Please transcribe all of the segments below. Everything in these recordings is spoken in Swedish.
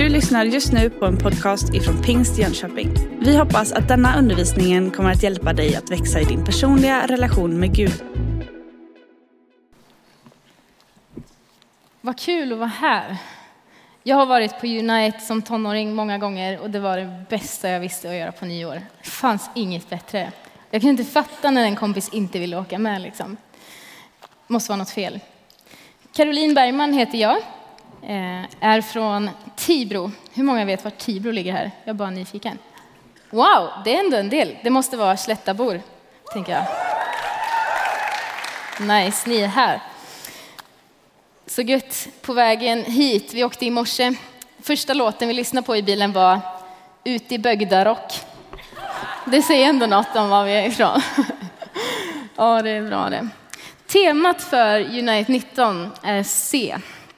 Du lyssnar just nu på en podcast ifrån Pingst Jönköping. Vi hoppas att denna undervisning kommer att hjälpa dig att växa i din personliga relation med Gud. Vad kul att vara här. Jag har varit på Unite som tonåring många gånger och det var det bästa jag visste att göra på nyår. Det fanns inget bättre. Jag kunde inte fatta när en kompis inte ville åka med liksom. Måste vara något fel. Caroline Bergman heter jag. Är från Tibro. Hur många vet var Tibro ligger här? Jag är bara nyfiken. Wow, det är ändå en del. Det måste vara Slättabor, tänker jag. Nice, ni är här. Så gött på vägen hit. Vi åkte i morse. Första låten vi lyssnade på i bilen var Ut i Bögdarock. Det säger ändå något om var vi är ifrån. Ja, det är bra det. Temat för Unite 19 är se.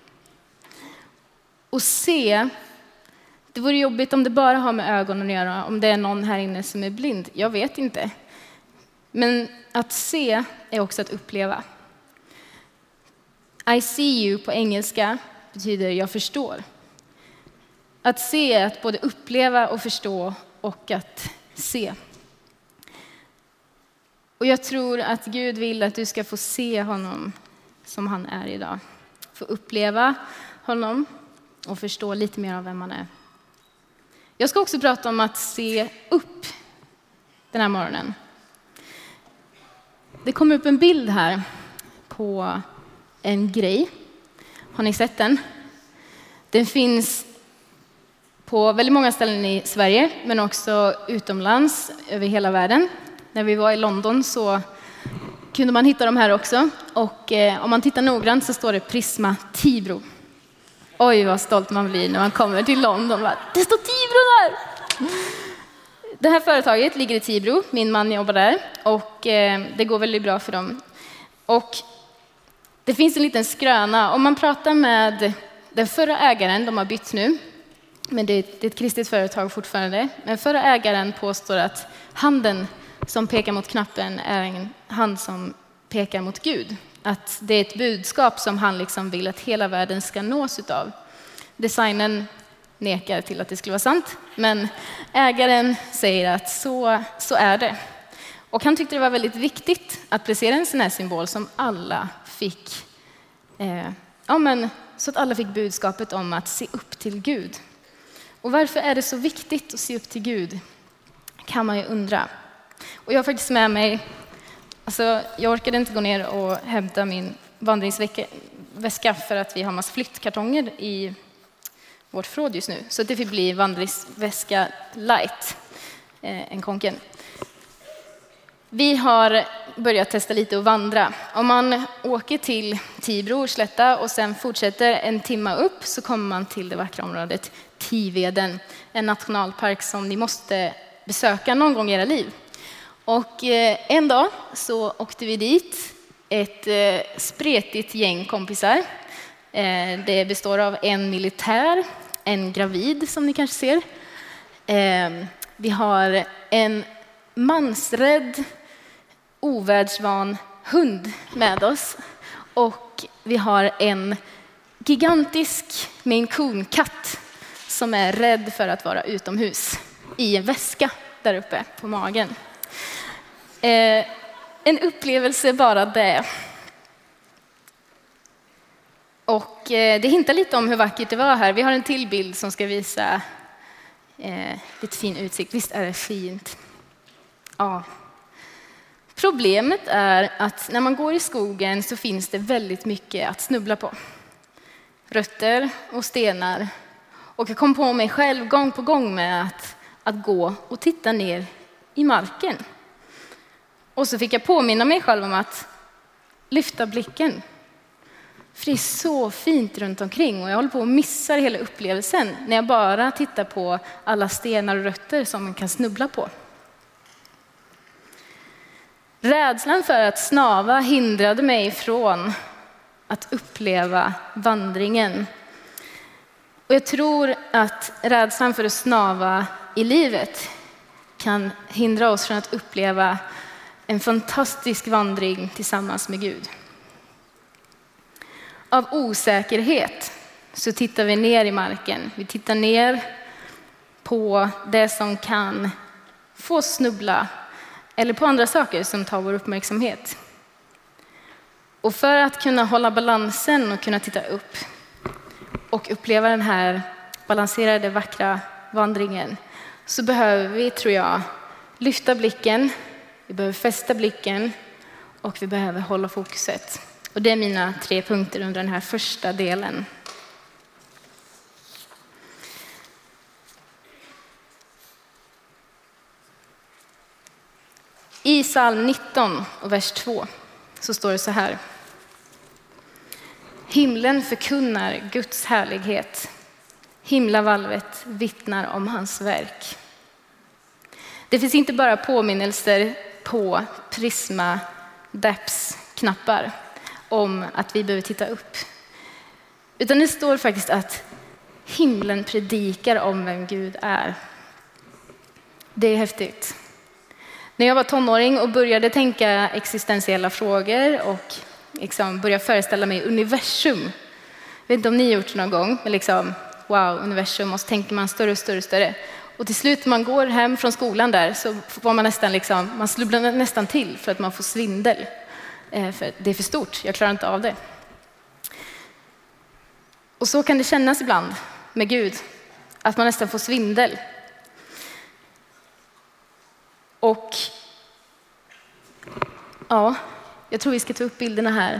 Och se, det vore jobbigt om det bara har med ögonen att göra, om det är någon här inne som är blind. Jag vet inte. Men att se är också att uppleva. I see you på engelska betyder jag förstår. Att se är att både uppleva och förstå och att se. Och jag tror att Gud vill att du ska få se honom som han är idag. Få uppleva honom och förstå lite mer av vem han är. Jag ska också prata om att se upp den här morgonen. Det kommer upp en bild här på en grej. Har ni sett den? Den finns på väldigt många ställen i Sverige, men också utomlands över hela världen. När vi var i London så kunde man hitta dem här också. Och om man tittar noggrant så står det Prisma Tibro. Oj, vad stolt man blir när man kommer till London. Det står Tibro där! Det här företaget ligger i Tibro. Min man jobbar där. Och det går väldigt bra för dem. Och det finns en liten skröna. Om man pratar med den förra ägaren, de har bytt nu. Men det är ett kristet företag fortfarande. Men förra ägaren påstår att handen som pekar mot knappen är en hand som pekar mot Gud. Att det är ett budskap som han liksom vill att hela världen ska nås utav. Designen nekar till att det skulle vara sant. Men ägaren säger att så är det. Och han tyckte det var väldigt viktigt att placera en sån här symbol som alla fick. Så att alla fick budskapet om att se upp till Gud. Och varför är det så viktigt att se upp till Gud? Kan man ju undra. Och jag har faktiskt med mig, jag orkade inte gå ner och hämta min vandringsväska för att vi har massa flyttkartonger i vårt förråd just nu. Så det får bli vandringsväska light, en konken. Vi har börjat testa lite att vandra. Om man åker till Tibro och Slätta och sen fortsätter en timme upp så kommer man till det vackra området Tiveden. En nationalpark som ni måste besöka någon gång i era liv. Och en dag så åkte vi dit, ett spretigt gäng kompisar. Det består av en militär, en gravid som ni kanske ser. Vi har en mansrädd, ovärldsvan hund med oss. Och vi har en gigantisk Maine Coon-katt som är rädd för att vara utomhus i en väska där uppe på magen. En upplevelse bara det. Och det hintar lite om hur vackert det var här. Vi har en till bild som ska visa lite fin utsikt. Visst är det fint? Ja. Problemet är att när man går i skogen så finns det väldigt mycket att snubbla på. Rötter och stenar. Och jag kom på mig själv gång på gång med att gå och titta ner i marken. Och så fick jag påminna mig själv om att lyfta blicken. För det är så fint runt omkring och jag håller på att missa hela upplevelsen när jag bara tittar på alla stenar och rötter som man kan snubbla på. Rädslan för att snava hindrade mig från att uppleva vandringen. Och jag tror att rädslan för att snava i livet kan hindra oss från att uppleva en fantastisk vandring tillsammans med Gud. Av osäkerhet så tittar vi ner i marken. Vi tittar ner på det som kan få oss snubbla eller på andra saker som tar vår uppmärksamhet. Och för att kunna hålla balansen och kunna titta upp och uppleva den här balanserade, vackra vandringen så behöver vi, tror jag, lyfta blicken, vi behöver fästa blicken och vi behöver hålla fokuset. Och det är mina 3 punkter under den här första delen. I psalm 19 och vers 2 så står det så här. Himlen förkunnar Guds härlighet. Himlavalvet vittnar om hans verk. Det finns inte bara påminnelser på Prisma Depths knappar om att vi behöver titta upp. Utan det står faktiskt att himlen predikar om vem Gud är. Det är häftigt. När jag var tonåring och började tänka existentiella frågor och liksom började föreställa mig universum. Jag vet inte om ni gjort det någon gång, men liksom, wow, universum, och så tänker man större och större och större. Och till slut när man går hem från skolan där så var man nästan man slubblar nästan till för att man får svindel. För det är för stort, jag klarar inte av det. Och så kan det kännas ibland med Gud, att man nästan får svindel. Och ja, jag tror vi ska ta upp bilderna här.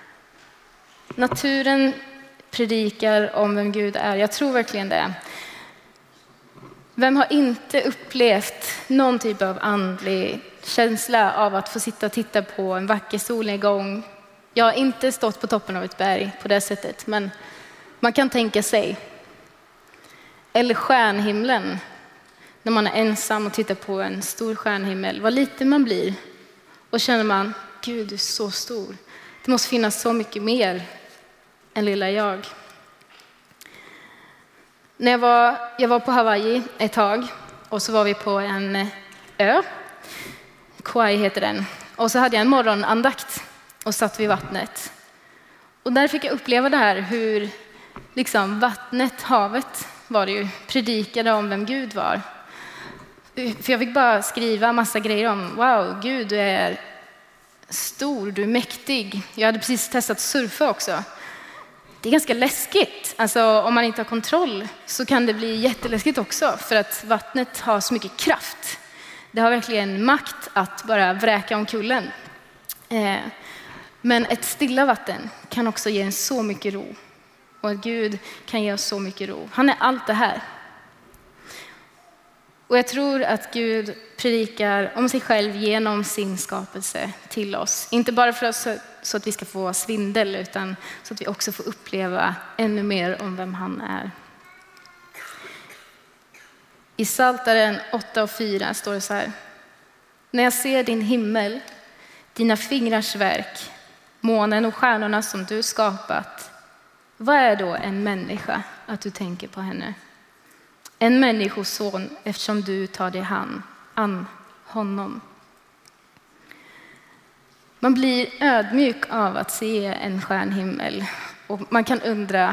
Naturen predikar om vem Gud är. Jag tror verkligen det. Vem har inte upplevt någon typ av andlig känsla av att få sitta och titta på en vacker solnedgång? Jag har inte stått på toppen av ett berg på det sättet, men man kan tänka sig. Eller stjärnhimlen. När man är ensam och tittar på en stor stjärnhimmel. Vad liten man blir. Och känner man, Gud, du är så stor. Det måste finnas så mycket mer än lilla jag. När jag var på Hawaii ett tag. Och så var vi på en ö. Kauai heter den. Och så hade jag en morgonandakt. Och satt vid vattnet. Och där fick jag uppleva det här hur liksom vattnet, havet var det ju, predikade om vem Gud var. För jag fick bara skriva massa grejer om, wow, Gud, du är stor, du är mäktig. Jag hade precis testat surfa också. Det är ganska läskigt. Alltså om man inte har kontroll så kan det bli jätteläskigt också. För att vattnet har så mycket kraft. Det har verkligen makt att bara vräka omkullen. Men ett stilla vatten kan också ge en så mycket ro. Och att Gud kan ge oss så mycket ro. Han är allt det här. Och jag tror att Gud predikar om sig själv genom sin skapelse till oss. Inte bara för oss så att vi ska få svindel, utan så att vi också får uppleva ännu mer om vem han är. I Psaltaren 8:4 står det så här. När jag ser din himmel, dina fingrars verk, månen och stjärnorna som du skapat. Vad är då en människa att du tänker på henne? En människoson eftersom du tar dig an honom. Man blir ödmjuk av att se en stjärnhimmel. Och man kan undra,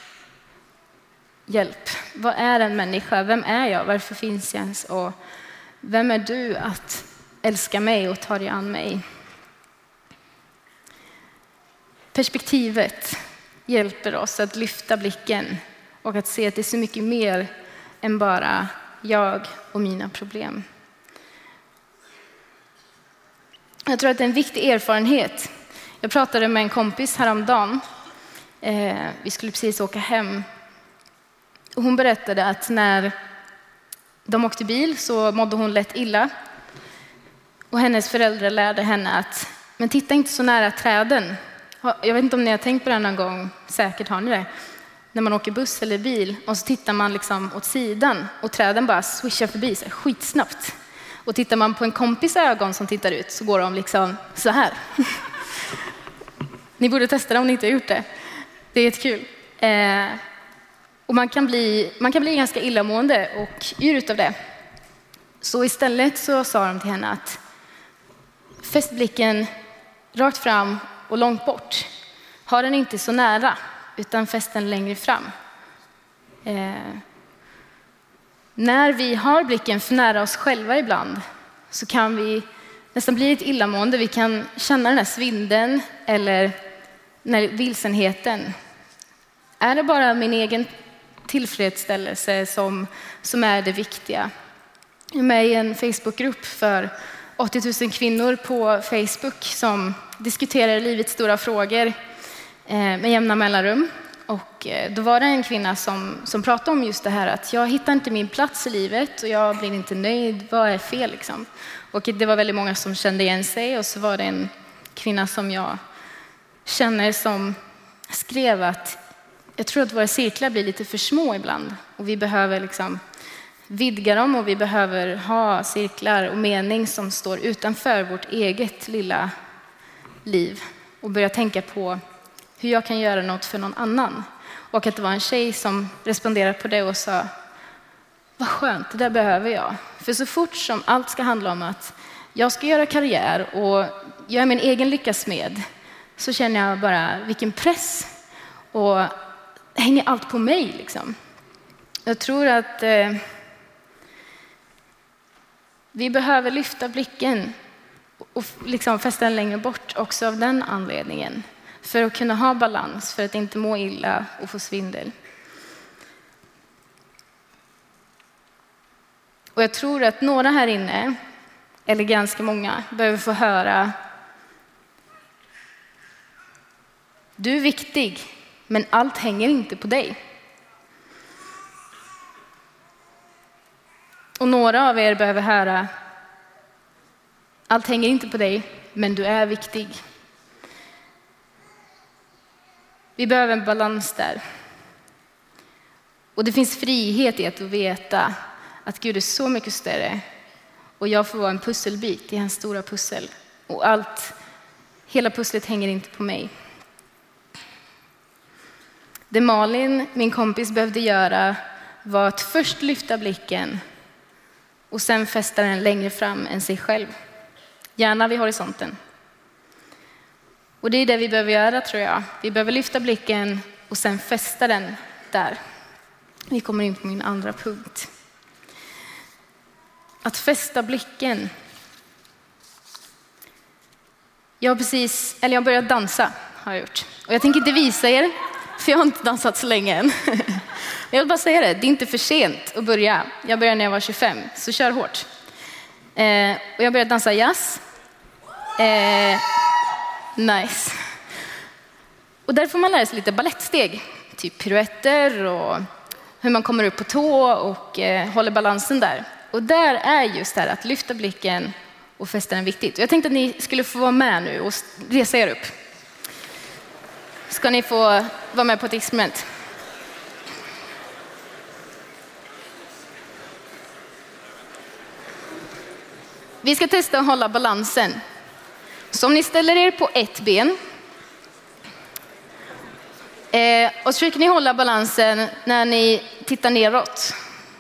hjälp, vad är en människa? Vem är jag? Varför finns jag ens? Och vem är du att älska mig och ta dig an mig? Perspektivet hjälper oss att lyfta blicken och att se att det är så mycket mer än bara jag och mina problem. Jag tror att det är en viktig erfarenhet. Jag pratade med en kompis häromdagen. Vi skulle precis åka hem. Och hon berättade att när de åkte bil så mådde hon lätt illa. Och hennes föräldrar lärde henne att men titta inte så nära träden. Jag vet inte om ni har tänkt på det någon gång. Säkert har ni det. När man åker buss eller bil och så tittar man liksom åt sidan och träden bara swishar förbi sig skitsnabbt. Och tittar man på en kompis ögon som tittar ut så går de liksom så här. Ni borde testa det om ni inte har gjort det. Det är jättekul. Och man kan bli ganska illamående och yr utav det. Så istället så sa de till henne att fäst blicken rakt fram och långt bort. Ha den inte så nära. utan fäst den längre fram. När vi har blicken för nära oss själva ibland så kan vi nästan bli ett illamående. Vi kan känna den här svinden eller den här vilsenheten. Är det bara min egen tillfredsställelse som är det viktiga? Jag är med i en Facebookgrupp för 80 000 kvinnor på Facebook som diskuterar livets stora frågor med jämna mellanrum. Och då var det en kvinna som pratade om just det här att jag hittar inte min plats i livet och jag blir inte nöjd. Vad är fel liksom? Och det var väldigt många som kände igen sig, och så var det en kvinna som jag känner som skrev att jag tror att våra cirklar blir lite för små ibland och vi behöver liksom vidga dem, och vi behöver ha cirklar och mening som står utanför vårt eget lilla liv och börja tänka på hur jag kan göra något för någon annan. Och att det var en tjej som responderade på det och sa, vad skönt, det där behöver jag. För så fort som allt ska handla om att jag ska göra karriär och jag är min egen lyckas med, så känner jag bara vilken press, och hänger allt på mig liksom. Jag tror att vi behöver lyfta blicken och liksom fästa den längre bort också av den anledningen. För att kunna ha balans, för att inte må illa och få svindel. Och jag tror att några här inne, eller ganska många, behöver få höra: du är viktig, men allt hänger inte på dig. Och några av er behöver höra: allt hänger inte på dig, men du är viktig. Vi behöver en balans där. Och det finns frihet i att veta att Gud är så mycket större. Och jag får vara en pusselbit i hans stora pussel. Och hela pusslet hänger inte på mig. Det Malin, min kompis, behövde göra var att först lyfta blicken och sen fästa den längre fram än sig själv. Gärna vid horisonten. Och det är det vi behöver göra, tror jag. Vi behöver lyfta blicken och sen fästa den där. Vi kommer in på min andra punkt. Att fästa blicken. Jag har börjat dansa, har jag gjort. Och jag tänker inte visa er, för jag har inte dansat så länge än. Jag vill bara säga det är inte för sent att börja. Jag började när jag var 25, så kör hårt. Och jag började dansa jazz. Nice. Och där får man lära sig lite ballettsteg. Typ piruetter och hur man kommer upp på tå och håller balansen där. Och där är just det här att lyfta blicken och fästa den viktigt. Och jag tänkte att ni skulle få vara med nu och resa er upp. Ska ni få vara med på ett experiment. Vi ska testa att hålla balansen. Så om ni ställer er på ett ben och så försöker ni hålla balansen när ni tittar neråt.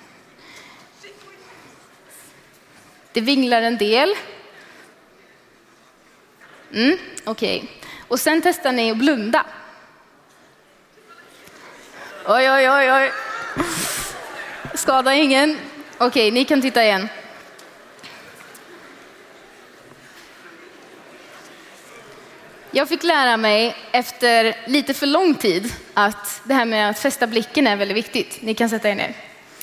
Det vinglar en del. Okej. Och sen testar ni att blunda. Oj. Skada ingen. Okej, ni kan titta igen. Jag fick lära mig efter lite för lång tid att det här med att fästa blicken är väldigt viktigt. Ni kan sätta er ner.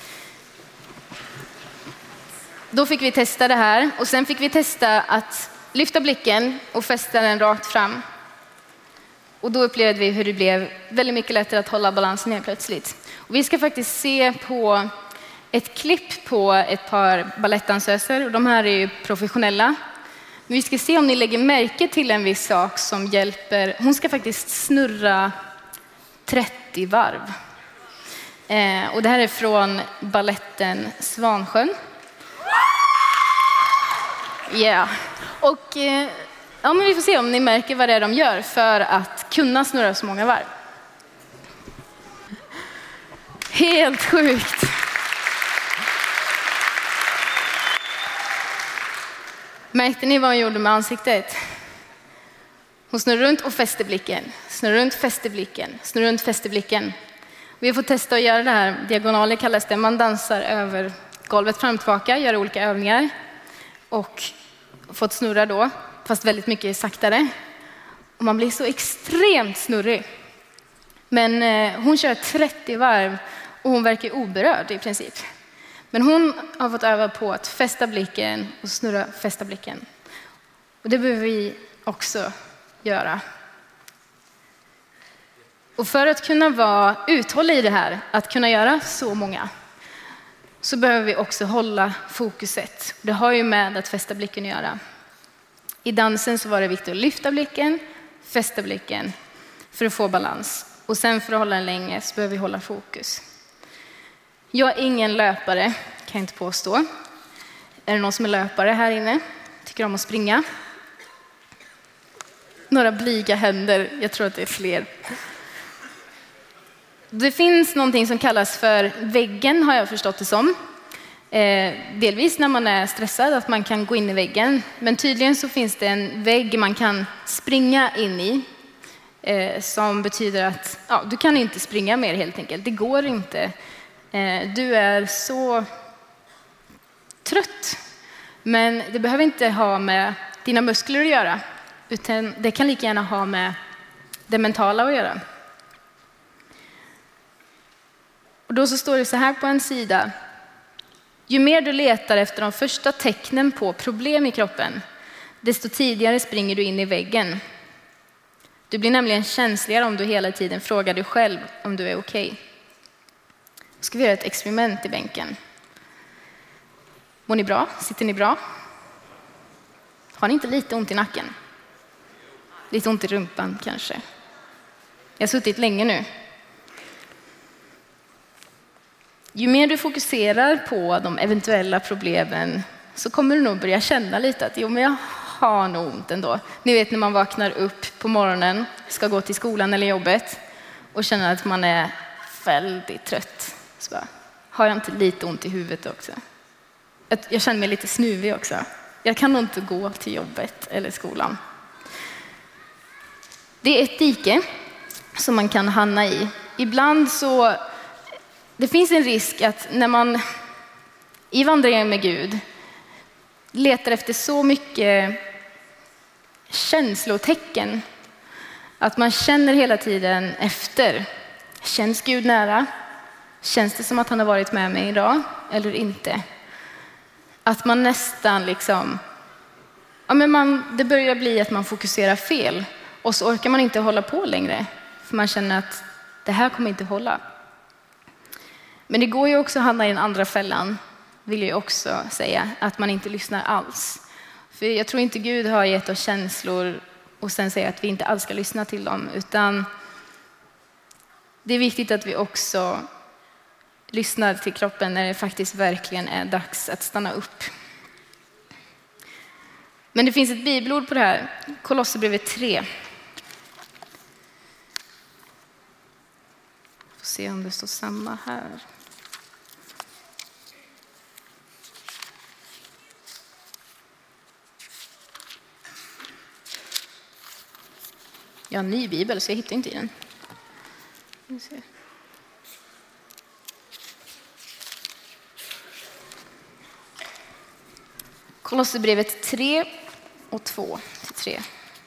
Då fick vi testa det här och sen fick vi testa att lyfta blicken och fästa den rakt fram. Och då upplevde vi hur det blev väldigt mycket lättare att hålla balansen helt plötsligt. Och vi ska faktiskt se på ett klipp på ett par balettdansöser, och de här är ju professionella. Men vi ska se om ni lägger märke till en viss sak som hjälper. Hon ska faktiskt snurra 30 varv. Och det här är från balletten Svansjön. Ja. Och men vi får se om ni märker vad det är de gör för att kunna snurra så många varv. Helt sjukt. Märkte ni vad hon gjorde med ansiktet? Hon snurrar runt och fäster blicken. Snurrar runt, fäster blicken. Snurrar runt, fäster blicken. Vi får testa att göra det här. Diagonaler kallas det. Man dansar över golvet fram och tillbaka, gör olika övningar. Och fått snurra då, fast väldigt mycket saktare. Och man blir så extremt snurrig. Men hon kör 30 varv och hon verkar oberörd i princip. Men hon har fått öva på att fästa blicken och snurra, fästa blicken. Och det behöver vi också göra. Och för att kunna vara uthållig i det här, att kunna göra så många, så behöver vi också hålla fokuset. Det har ju med att fästa blicken att göra. I dansen så var det viktigt att lyfta blicken, fästa blicken för att få balans. Och sen för att hålla den länge så behöver vi hålla fokus. Jag är ingen löpare, kan jag inte påstå. Är det någon som är löpare här inne? Tycker om att springa? Några blyga händer, jag tror att det är fler. Det finns någonting som kallas för väggen, har jag förstått det som. Delvis när man är stressad, att man kan gå in i väggen. Men tydligen så finns det en vägg man kan springa in i. Som betyder att du kan inte springa mer helt enkelt. Det går inte. Du är så trött. Men det behöver inte ha med dina muskler att göra. Utan det kan lika gärna ha med det mentala att göra. Och då så står det så här på en sida. Ju mer du letar efter de första tecknen på problem i kroppen, desto tidigare springer du in i väggen. Du blir nämligen känsligare om du hela tiden frågar dig själv om du är okej. Ska vi göra ett experiment i bänken? Mår ni bra? Sitter ni bra? Har ni inte lite ont i nacken? Lite ont i rumpan kanske? Jag har suttit länge nu. Ju mer du fokuserar på de eventuella problemen så kommer du nog börja känna lite att men jag har nog ont ändå. Ni vet när man vaknar upp på morgonen, ska gå till skolan eller jobbet och känner att man är väldigt trött. Så bara, har jag inte lite ont i huvudet också? Jag känner mig lite snuvig också. Jag kan nog inte gå till jobbet eller skolan. Det är ett dike som man kan hamna i. Ibland så det finns en risk att när man i vandringen med Gud letar efter så mycket känslotecken att man känner hela tiden efter. Känns Gud nära? Känns det som att han har varit med mig idag eller inte? Att man nästan det börjar bli att man fokuserar fel och så orkar man inte hålla på längre för man känner att det här kommer inte hålla. Men det går ju också att hamna i den andra fällan, vill jag också säga, att man inte lyssnar alls. För jag tror inte Gud har gett oss känslor och sen säger att vi inte alls ska lyssna till dem, utan det är viktigt att vi också lyssnar till kroppen när det faktiskt verkligen är dags att stanna upp. Men det finns ett bibelord på det här, Kolosserbrevet 3. Får se om det står samma här. Jag har en ny bibel så jag hittar inte i den. Kolosserbrevet 3 och 2-3.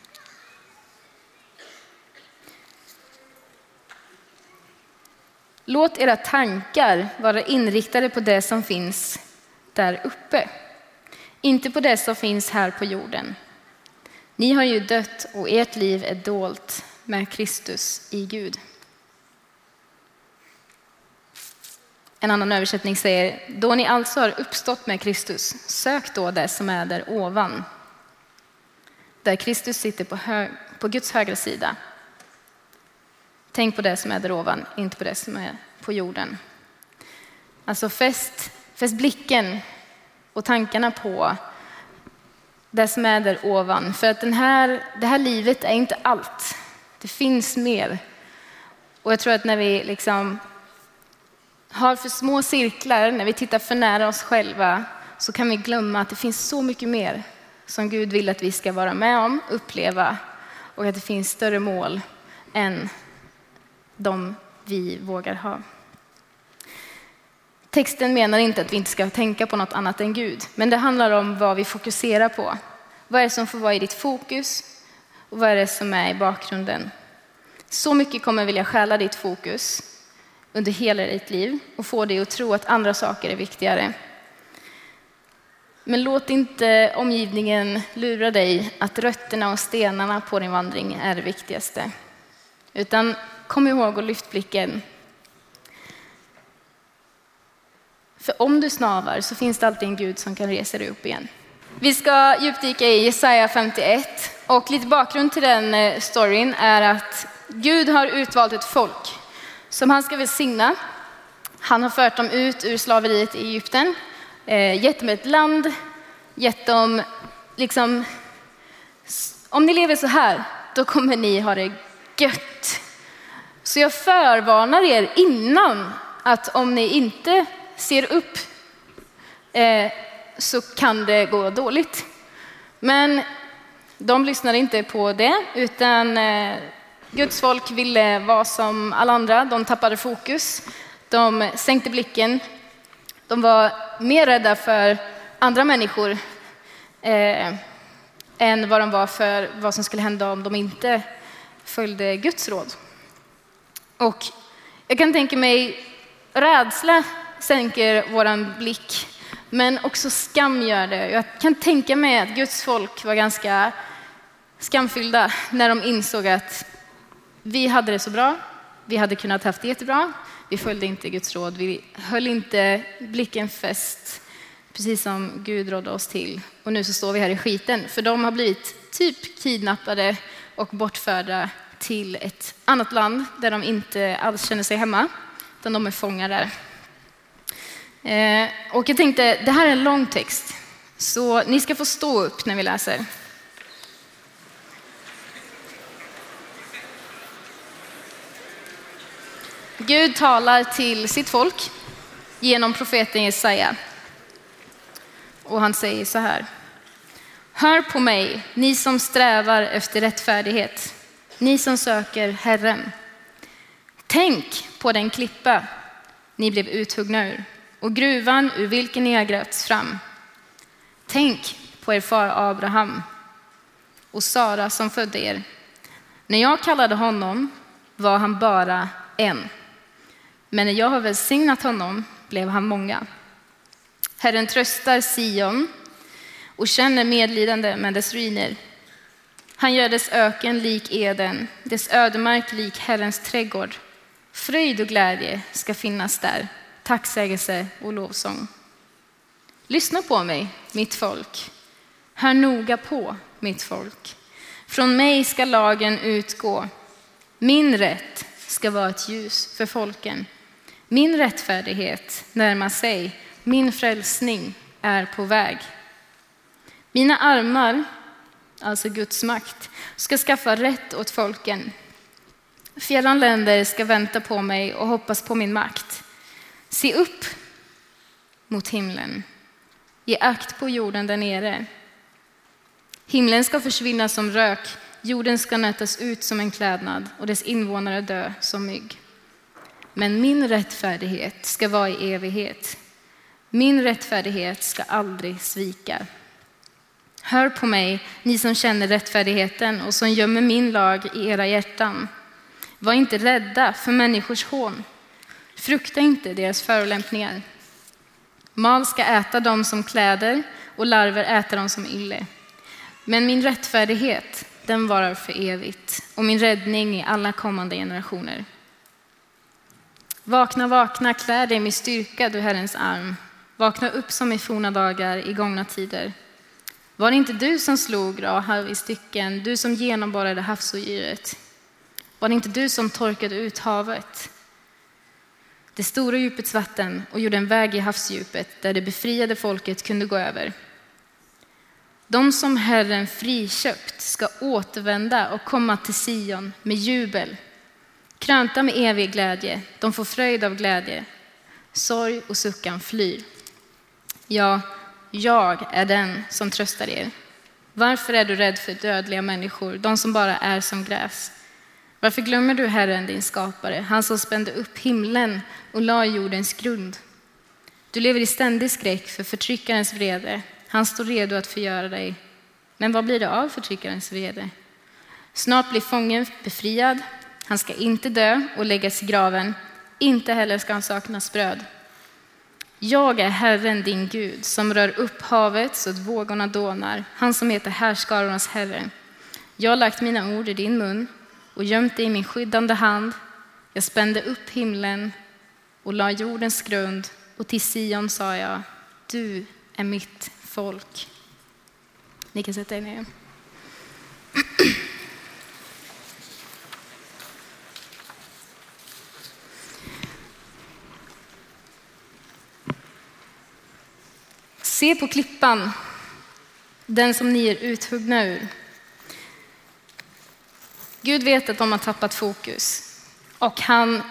Låt era tankar vara inriktade på det som finns där uppe, inte på det som finns här på jorden. Ni har ju dött och ert liv är dolt med Kristus i Gud. En annan översättning säger, då ni alltså har uppstått med Kristus, sök då det som är där ovan. Där Kristus sitter på Guds högra sida. Tänk på det som är där ovan, inte på det som är på jorden. Alltså fäst blicken och tankarna på det som är där ovan. För att det här livet är inte allt. Det finns mer. Och jag tror att när vi har för små cirklar, när vi tittar för nära oss själva, så kan vi glömma att det finns så mycket mer som Gud vill att vi ska vara med om, uppleva och att det finns större mål än de vi vågar ha. Texten menar inte att vi inte ska tänka på något annat än Gud, men det handlar om vad vi fokuserar på. Vad är det som får vara i ditt fokus och vad är det som är i bakgrunden? Så mycket kommer vilja stjäla ditt fokus under hela ditt liv och få dig att tro att andra saker är viktigare. Men låt inte omgivningen lura dig att rötterna och stenarna på din vandring är det viktigaste. Utan kom ihåg och lyft blicken. För om du snavar så finns det alltid en Gud som kan resa dig upp igen. Vi ska djupdyka i Jesaja 51. Och lite bakgrund till den storyn är att Gud har utvalt ett folk som han ska välsigna. Han har fört dem ut ur slaveriet i Egypten. Gett dem ett land. Gett dem liksom, om ni lever så här, då kommer ni ha det gött. Så jag förvarnar er innan att om ni inte ser upp så kan det gå dåligt. Men de lyssnade inte på det, utan Guds folk ville vara som alla andra. De tappade fokus, de sänkte blicken. De var mer rädda för andra människor än vad de var för vad som skulle hända om de inte följde Guds råd. Och jag kan tänka mig rädsla sänker våran blick, men också skam gör det. Jag kan tänka mig att Guds folk var ganska skamfyllda när de insåg att vi hade det så bra, vi hade kunnat haft det jättebra, vi följde inte Guds råd, vi höll inte blicken fäst precis som Gud rådde oss till. Och nu så står vi här i skiten, för de har blivit typ kidnappade och bortförda till ett annat land där de inte alls känner sig hemma, utan de är fångar där. Och jag tänkte, det här är en lång text, så ni ska få stå upp när vi läser. Gud talar till sitt folk genom profeten Jesaja. Och han säger så här: hör på mig, ni som strävar efter rättfärdighet, ni som söker Herren. Tänk på den klippa ni blev uthuggna ur och gruvan ur vilken ni har grävts fram. Tänk på er far Abraham och Sara som födde er. När jag kallade honom var han bara en, men när jag har välsignat honom blev han många. Herren tröstar Sion och känner medlidande med dess ruiner. Han gör dess öken lik Eden, dess ödemark lik Herrens trädgård. Fröjd och glädje ska finnas där, tacksägelse och lovsång. Lyssna på mig, mitt folk. Hör noga på, mitt folk. Från mig ska lagen utgå. Min rätt ska vara ett ljus för folken. Min rättfärdighet närmar sig. Min frälsning är på väg. Mina armar, alltså Guds makt, ska skaffa rätt åt folken. Fjärran länder ska vänta på mig och hoppas på min makt. Se upp mot himlen. Ge akt på jorden där nere. Himlen ska försvinna som rök. Jorden ska nötas ut som en klädnad och dess invånare dö som mygg. Men min rättfärdighet ska vara i evighet. Min rättfärdighet ska aldrig svika. Hör på mig, ni som känner rättfärdigheten och som gömmer min lag i era hjärtan. Var inte rädda för människors hån. Frukta inte deras förolämpningar. Mal ska äta dem som kläder och larver äta dem som ylle. Men min rättfärdighet, den varar för evigt och min räddning i alla kommande generationer. Vakna, vakna, klä dig med styrka, du Herrens arm. Vakna upp som i forna dagar, i gångna tider. Var det inte du som slog Rahab i stycken, du som genomborrade havsodjuret? Var det inte du som torkade ut havet, det stora djupets vatten, och gjorde en väg i havsdjupet där det befriade folket kunde gå över? De som Herren friköpt ska återvända och komma till Sion med jubel. Krönta med evig glädje, de får fröjd av glädje. Sorg och suckan flyr. Ja, jag är den som tröstar er. Varför är du rädd för dödliga människor, de som bara är som gräs? Varför glömmer du Herren, din skapare, han som spände upp himlen och la jordens grund? Du lever i ständig skräck för förtryckarens vrede. Han står redo att förgöra dig. Men vad blir det av förtryckarens vrede? Snart blir fången befriad. Han ska inte dö och läggas i graven. Inte heller ska han saknas bröd. Jag är Herren, din Gud, som rör upp havet så att vågorna dånar. Han som heter härskarornas Herre. Jag har lagt mina ord i din mun och gömt dig i min skyddande hand. Jag spände upp himlen och la jordens grund. Och till Sion sa jag, du är mitt folk. Ni kan sätta er ner. Se på klippan, den som ni är uthuggna ur. Gud vet att de har tappat fokus. Och han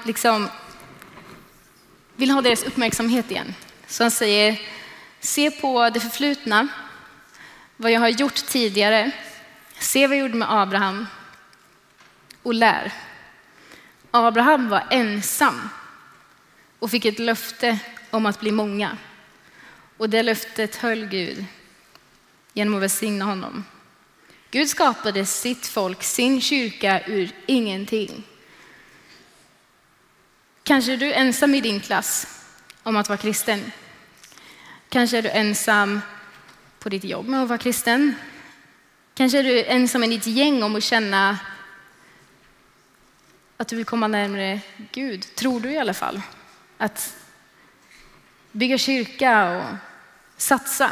vill ha deras uppmärksamhet igen. Så han säger, se på det förflutna, vad jag har gjort tidigare. Se vad jag gjorde med Abraham och lär. Abraham var ensam och fick ett löfte om att bli många. Och det löftet höll Gud genom att välsigna honom. Gud skapade sitt folk, sin kyrka ur ingenting. Kanske är du ensam i din klass om att vara kristen. Kanske är du ensam på ditt jobb med att vara kristen. Kanske är du ensam i ditt gäng om att känna att du vill komma närmare Gud. Tror du i alla fall. Att bygga kyrka och satsa.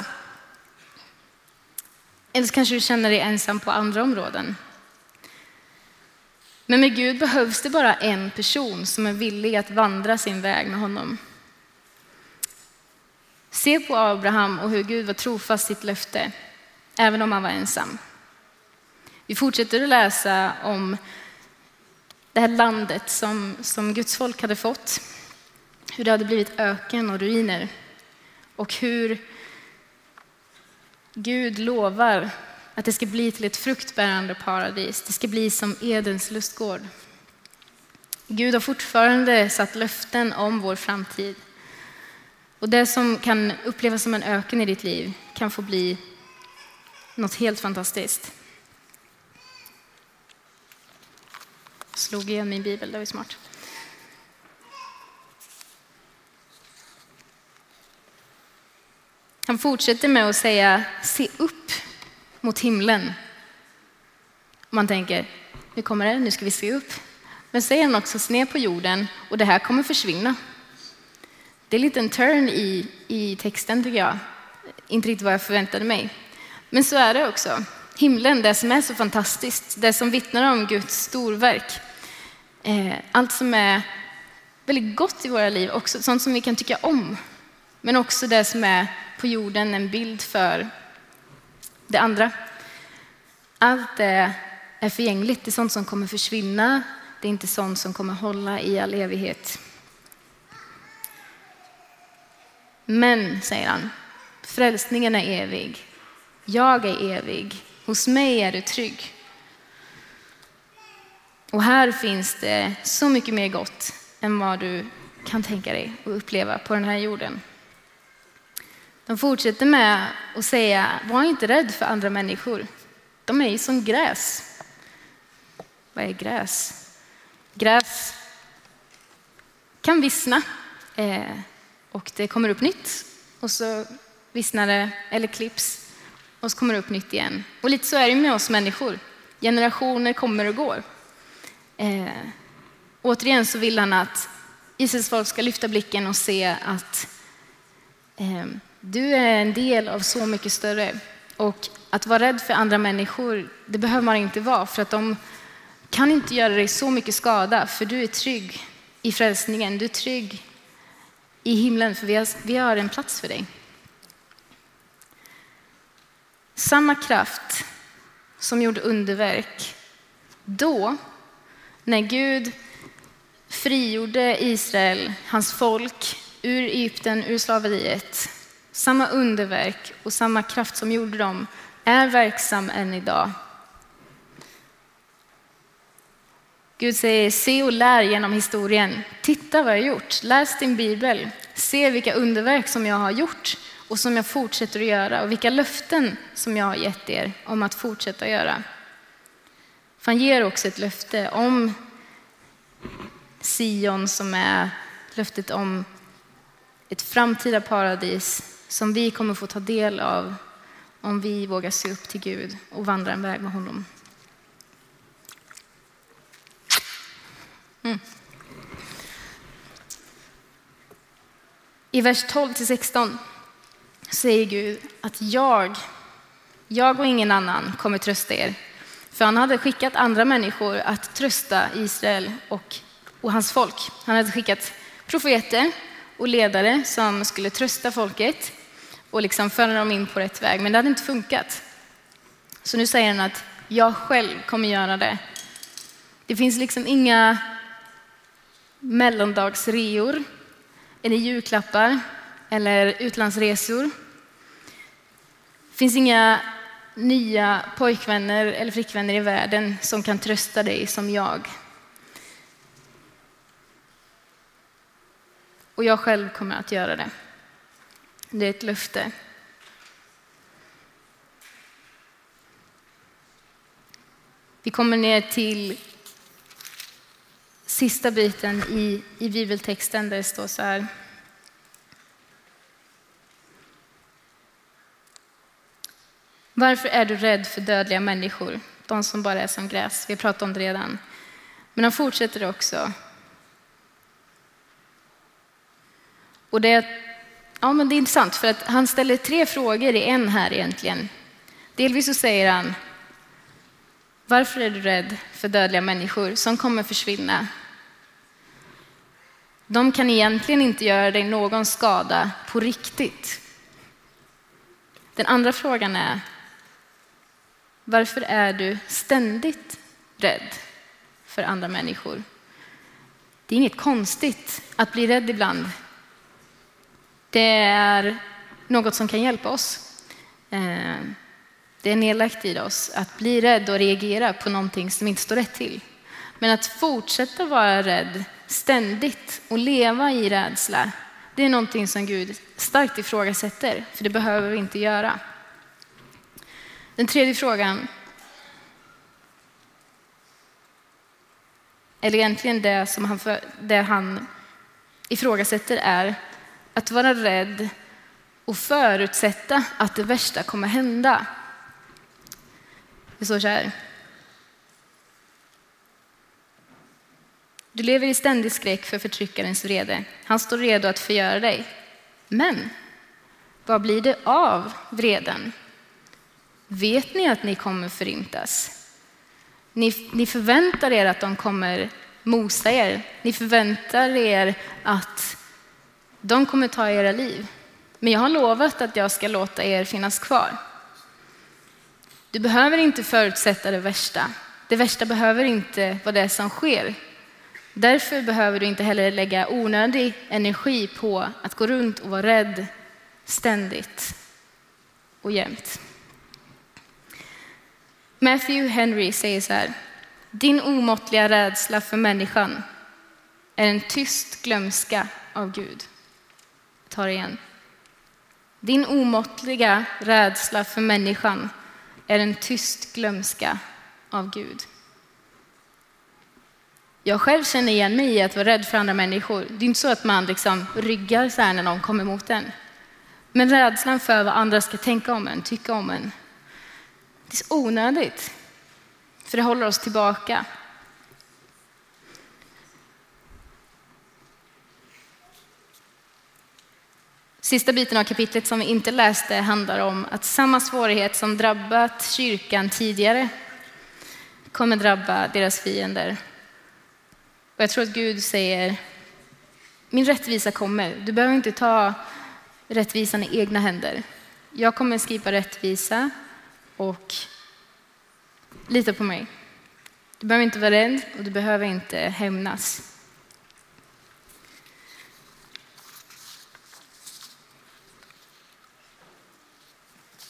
Eller kanske du känner dig ensam på andra områden. Men med Gud behövs det bara en person som är villig att vandra sin väg med honom. Se på Abraham och hur Gud var trofast sitt löfte, även om han var ensam. Vi fortsätter att läsa om det här landet som Guds folk hade fått. Hur det hade blivit öken och ruiner. Och hur Gud lovar att det ska bli till ett fruktbärande paradis. Det ska bli som Edens lustgård. Gud har fortfarande satt löften om vår framtid. Och det som kan upplevas som en öken i ditt liv kan få bli något helt fantastiskt. Jag slog igen min bibel, det var smart. Han fortsätter med att säga, se upp mot himlen. Man tänker, nu kommer det, nu ska vi se upp. Men säger han också, se ner på jorden och det här kommer försvinna. Det är lite en turn i texten tycker jag. Inte riktigt vad jag förväntade mig. Men så är det också. Himlen, det som är så fantastiskt. Det som vittnar om Guds storverk. Allt som är väldigt gott i våra liv. Också sånt som vi kan tycka om. Men också det som är på jorden en bild för det andra. Allt är förgängligt. Det är sånt som kommer försvinna. Det är inte sånt som kommer hålla i all evighet. Men, säger han, frälsningen är evig. Jag är evig. Hos mig är du trygg. Och här finns det så mycket mer gott än vad du kan tänka dig och uppleva på den här jorden. De fortsätter med att säga, var inte rädd för andra människor. De är ju som gräs. Vad är gräs? Gräs kan vissna. Och det kommer upp nytt. Och så vissnar det eller klipps. Och så kommer det upp nytt igen. Och lite så är det med oss människor. Generationer kommer och går. Återigen så vill han att Israels folk ska lyfta blicken och se att du är en del av så mycket större. Och att vara rädd för andra människor, det behöver man inte vara. För att de kan inte göra dig så mycket skada. För du är trygg i frälsningen. Du är trygg i himlen. För vi har en plats för dig. Samma kraft som gjorde underverk då, när Gud frigjorde Israel, hans folk, ur Egypten, ur slaveriet. Samma underverk och samma kraft som gjorde dem är verksam än idag. Gud säger, se och lär genom historien. Titta vad jag har gjort. Läs din bibel. Se vilka underverk som jag har gjort och som jag fortsätter att göra. Och vilka löften som jag har gett er om att fortsätta göra. För han ger också ett löfte om Sion, som är löftet om ett framtida paradis som vi kommer få ta del av om vi vågar se upp till Gud och vandra en väg med honom. I vers 12-16 säger Gud att jag och ingen annan kommer trösta er. För han hade skickat andra människor att trösta Israel och hans folk. Han hade skickat profeter och ledare som skulle trösta folket och liksom föra dem in på rätt väg. Men det hade inte funkat. Så nu säger han att jag själv kommer göra det. Det finns liksom inga mellandagsreor eller julklappar eller utlandsresor. Det finns inga nya pojkvänner eller flickvänner i världen som kan trösta dig som jag. Och jag själv kommer att göra det. Det är ett löfte. Vi kommer ner till sista biten i bibeltexten där det står så här. Varför är du rädd för dödliga människor? De som bara är som gräs. Vi har pratat om det redan. Men han fortsätter också. Och det är intressant för att han ställer 3 frågor i en här egentligen. Delvis så säger han, varför är du rädd för dödliga människor som kommer försvinna? De kan egentligen inte göra dig någon skada på riktigt. Den andra frågan är, varför är du ständigt rädd för andra människor? Det är inget konstigt att bli rädd ibland. Det är något som kan hjälpa oss. Det är nedlagt i oss att bli rädd och reagera på någonting som inte står rätt till. Men att fortsätta vara rädd ständigt och leva i rädsla, det är någonting som Gud starkt ifrågasätter, för det behöver vi inte göra. Den tredje frågan, eller egentligen det han ifrågasätter, är att vara rädd och förutsätta att det värsta kommer hända. Det står så här. Du lever i ständig skräck för förtryckarens vrede. Han står redo att förgöra dig. Men vad blir det av vreden? Vet ni att ni kommer förintas? Ni förväntar er att de kommer mosa er. Ni förväntar er att de kommer ta era liv. Men jag har lovat att jag ska låta er finnas kvar. Du behöver inte förutsätta det värsta. Det värsta behöver inte vara det som sker. Därför behöver du inte heller lägga onödig energi på att gå runt och vara rädd ständigt och jämt. Matthew Henry säger så här. Din omåttliga rädsla för människan är en tyst glömska av Gud. Jag tar det igen. Din omåttliga rädsla för människan är en tyst glömska av Gud. Jag själv känner igen mig i att vara rädd för andra människor. Det är inte så att man liksom ryggar så här när någon kommer mot en. Men rädslan för vad andra ska tänka om en, tycka om en, det är så onödigt. För det håller oss tillbaka. Sista biten av kapitlet som vi inte läste handlar om att samma svårighet som drabbat kyrkan tidigare kommer drabba deras fiender. Och jag tror att Gud säger, min rättvisa kommer. Du behöver inte ta rättvisan i egna händer. Jag kommer skriva rättvisa och lita på mig. Du behöver inte vara rädd och du behöver inte hämnas.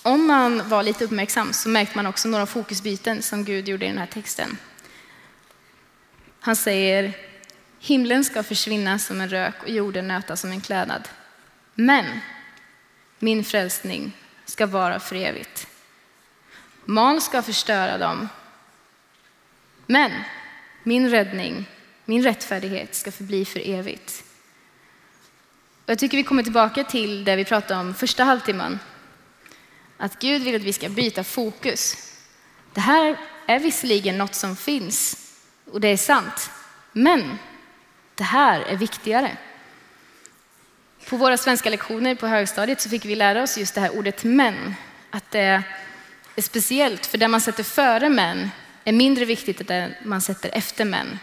om man var lite uppmärksam så märkte man också några fokusbyten som Gud gjorde i den här texten. Han säger: himlen ska försvinna som en rök och jorden nöta som en klädnad. Men min frälsning ska vara för evigt. Mal ska förstöra dem. Men min räddning, min rättfärdighet ska förbli för evigt. Och jag tycker vi kommer tillbaka till det vi pratade om första halvtimmen. Att Gud vill att vi ska byta fokus. Det här är visserligen något som finns och det är sant. Men det här är viktigare. På våra svenska lektioner på högstadiet så fick vi lära oss just det här ordet men. Att det är speciellt, för det man sätter före män är mindre viktigt än det man sätter efter män.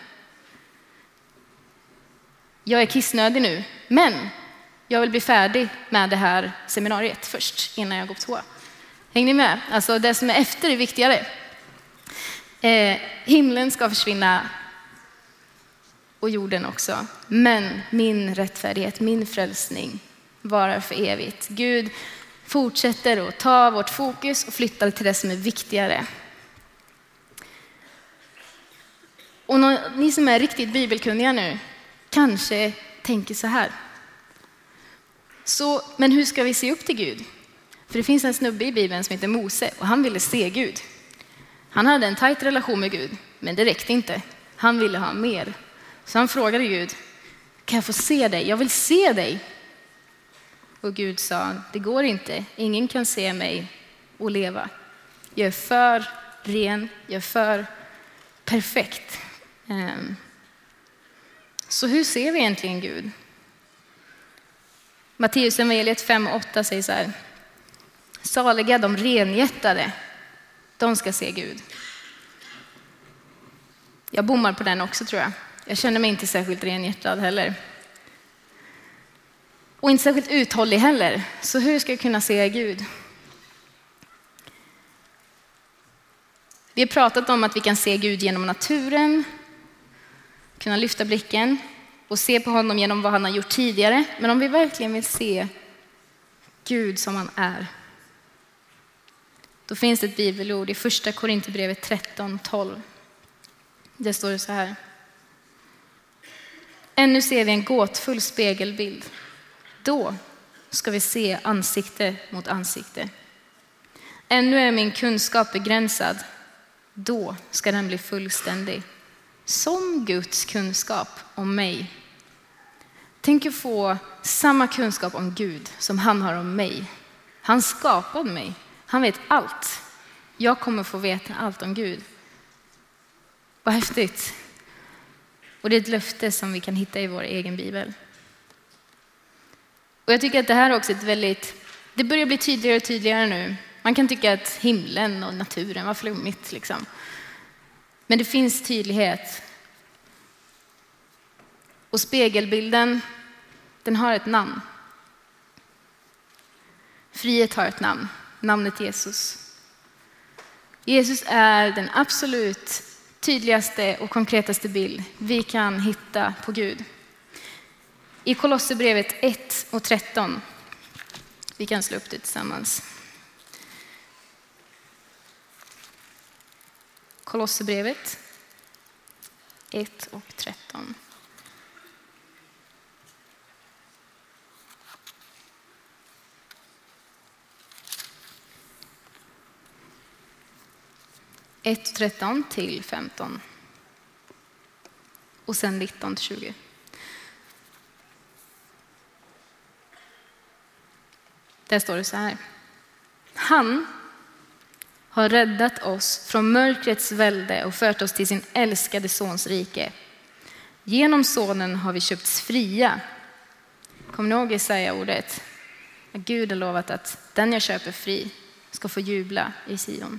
Jag är kissnödig nu, men jag vill bli färdig med det här seminariet först innan jag går på toa. Hänger ni med? Alltså det som är efter är viktigare. Himlen ska försvinna och jorden också. Men min rättfärdighet, min frälsning varar för evigt. Gud fortsätter att ta vårt fokus och flytta till det som är viktigare. Och ni som är riktigt bibelkunniga nu kanske tänker så här. Men hur ska vi se upp till Gud? För det finns en snubbe i Bibeln som heter Mose och han ville se Gud. Han hade en tajt relation med Gud, men det räckte inte. Han ville ha mer. Så han frågade Gud: kan jag få se dig? Jag vill se dig. Och Gud sa: det går inte. Ingen kan se mig och leva. Jag är för ren, jag är för perfekt. Så hur ser vi egentligen Gud? Matteus evangeliet 5:8 säger så här: saliga de renhjärtade, de ska se Gud. Jag bommar på den också, tror jag. Jag känner mig inte särskilt renhjärtad heller. Och inte särskilt uthållig heller. Så hur ska jag kunna se Gud? Vi har pratat om att vi kan se Gud genom naturen, kunna lyfta blicken och se på honom genom vad han har gjort tidigare. Men om vi verkligen vill se Gud som han är, då finns det ett bibelord i första Korinthierbrevet 13:12. Det står så här: ännu ser vi en gåtfull spegelbild. Då ska vi se ansikte mot ansikte. Ännu är min kunskap begränsad. Då ska den bli fullständig. Som Guds kunskap om mig. Tänk att få samma kunskap om Gud som han har om mig. Han skapade mig. Han vet allt. Jag kommer få veta allt om Gud. Vad häftigt. Och det är ett löfte som vi kan hitta i vår egen bibel. Och jag tycker att det här är också det börjar bli tydligare och tydligare nu. Man kan tycka att himlen och naturen var flummigt liksom. Men det finns tydlighet. Och spegelbilden, den har ett namn. Frihet har ett namn. Namnet Jesus. Jesus är den absolut tydligaste och konkretaste bild vi kan hitta på Gud. I Kolosserbrevet 1:13. Vi kan slå upp det tillsammans. Kolosserbrevet 1:13. Ett 13 till 15. Och sen 19 till 20. Där står det så här: han har räddat oss från mörkrets välde och fört oss till sin älskade sons rike. Genom sonen har vi köpts fria. Kommer ni ihåg Jesaja-ordet? Gud har lovat att den jag köper fri ska få jubla i Sion.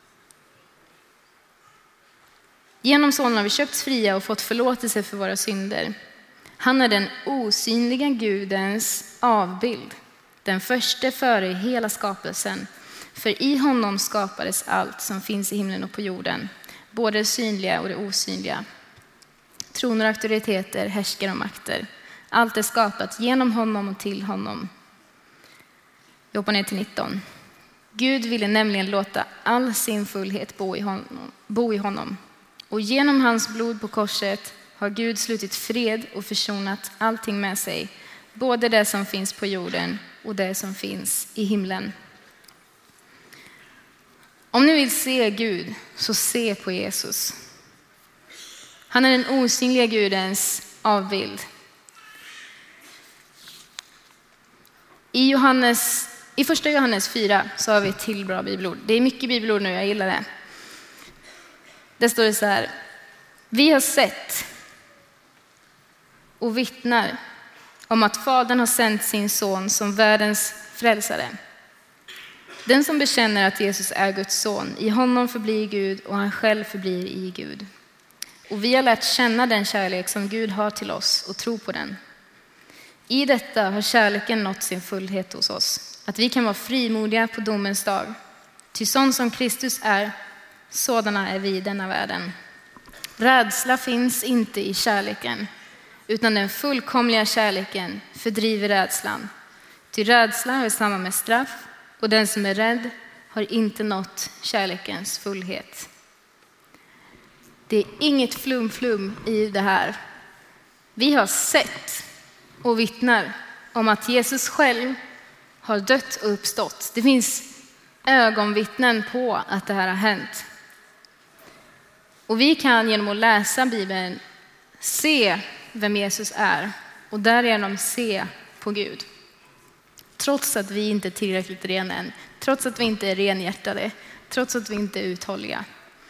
Genom sonen har vi köpts fria och fått förlåtelse för våra synder. Han är den osynliga Gudens avbild. Den första före hela skapelsen. För i honom skapades allt som finns i himlen och på jorden. Både det synliga och det osynliga. Troner, auktoriteter, härskare och makter. Allt är skapat genom honom och till honom. Vi hoppar ner till 19. Gud ville nämligen låta all sin fullhet bo i honom. Och genom hans blod på korset har Gud slutit fred och försonat allting med sig. Både det som finns på jorden och det som finns i himlen. Om ni vill se Gud, så se på Jesus. Han är den osynliga Gudens avbild. I första Johannes 4 så har vi ett till bra bibelord. Det är mycket bibelord nu, jag gillar det. Där står det så här: vi har sett och vittnar om att Fadern har sänt sin son som världens frälsare. Den som bekänner att Jesus är Guds son, i honom förblir Gud och han själv förblir i Gud. Och vi har lärt känna den kärlek som Gud har till oss och tro på den. I detta har kärleken nått sin fullhet hos oss, att vi kan vara frimodiga på domens dag. Ty sån som Kristus är, sådana är vi i denna världen. Rädsla finns inte i kärleken, utan den fullkomliga kärleken fördriver rädslan. Ty rädsla är samma med straff, och den som är rädd har inte nått kärlekens fullhet. Det är inget flum i det här. Vi har sett och vittnar om att Jesus själv har dött och uppstått. Det finns ögonvittnen på att det här har hänt. Och vi kan genom att läsa Bibeln se vem Jesus är och därigenom se på Gud. Trots att vi inte är tillräckligt rena än, trots att vi inte är renhjärtade, trots att vi inte är uthålliga.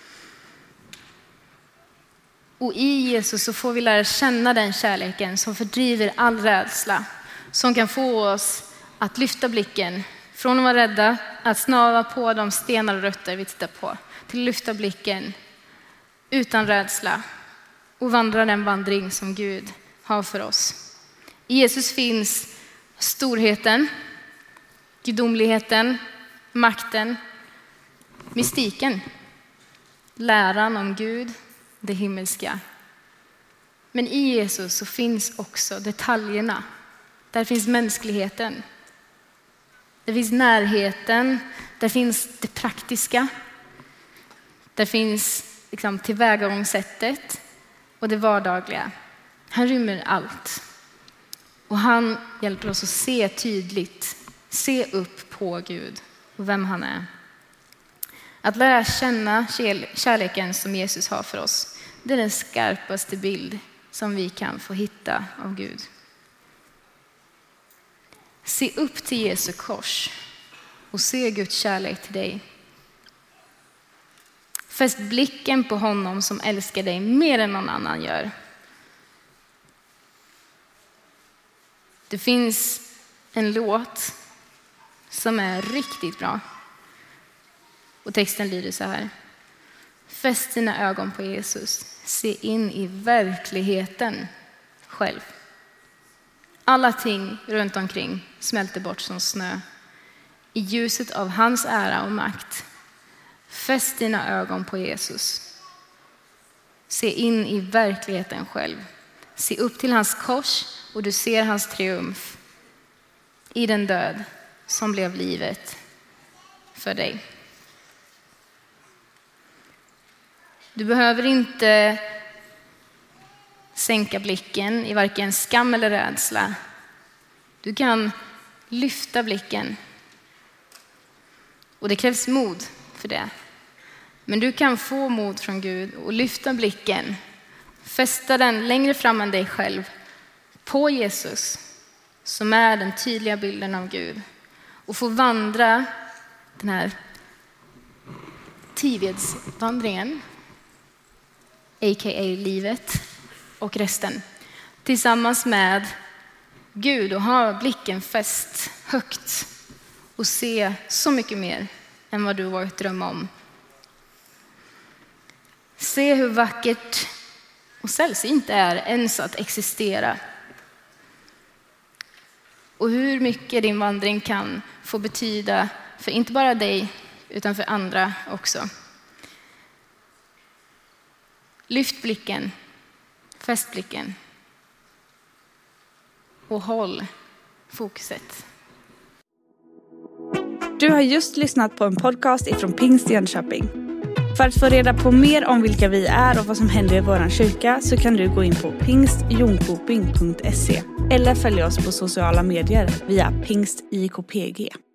Och i Jesus så får vi lära känna den kärleken som fördriver all rädsla. Som kan få oss att lyfta blicken från att vara rädda, att snava på de stenar och rötter vi tittar på, till att lyfta blicken utan rädsla och vandra den vandring som Gud har för oss. I Jesus finns storheten, gudomligheten, makten, mystiken, läran om Gud, det himmelska. Men i Jesus så finns också detaljerna. Där finns mänskligheten. Det finns närheten. Där finns det praktiska. Där finns liksom tillvägagångssättet och det vardagliga. Han rymmer allt. Och han hjälper oss att se tydligt, se upp på Gud och vem han är. Att lära känna kärleken som Jesus har för oss, det är den skarpaste bild som vi kan få hitta av Gud. Se upp till Jesu kors och se Guds kärlek till dig. Fäst blicken på honom som älskar dig mer än någon annan gör. Det finns en låt som är riktigt bra. Och texten lyder så här: fäst dina ögon på Jesus, se in i verkligheten själv. Alla ting runt omkring smälter bort som snö. I ljuset av hans ära och makt. Fäst dina ögon på Jesus. Se in i verkligheten själv. Se upp till hans kors och du ser hans triumf i den död som blev livet för dig. Du behöver inte sänka blicken i varken skam eller rädsla. Du kan lyfta blicken. Och det krävs mod för det. Men du kan få mod från Gud och lyfta blicken. Fästa den längre fram än dig själv på Jesus, som är den tydliga bilden av Gud. Och få vandra den här tivedsvandringen, a.k.a. livet och resten, tillsammans med Gud och ha blicken fäst högt och se så mycket mer än vad du vågat drömma om. Se hur vackert och sällsynt det är ens att existera. Och hur mycket din vandring kan få betyda för inte bara dig utan för andra också. Lyft blicken, fäst blicken och håll fokuset. Du har just lyssnat på en podcast ifrån Pingst Jönköping. För att få reda på mer om vilka vi är och vad som händer i vår kyrka så kan du gå in på pingstjonkoping.se eller följa oss på sociala medier via pingstjkpg.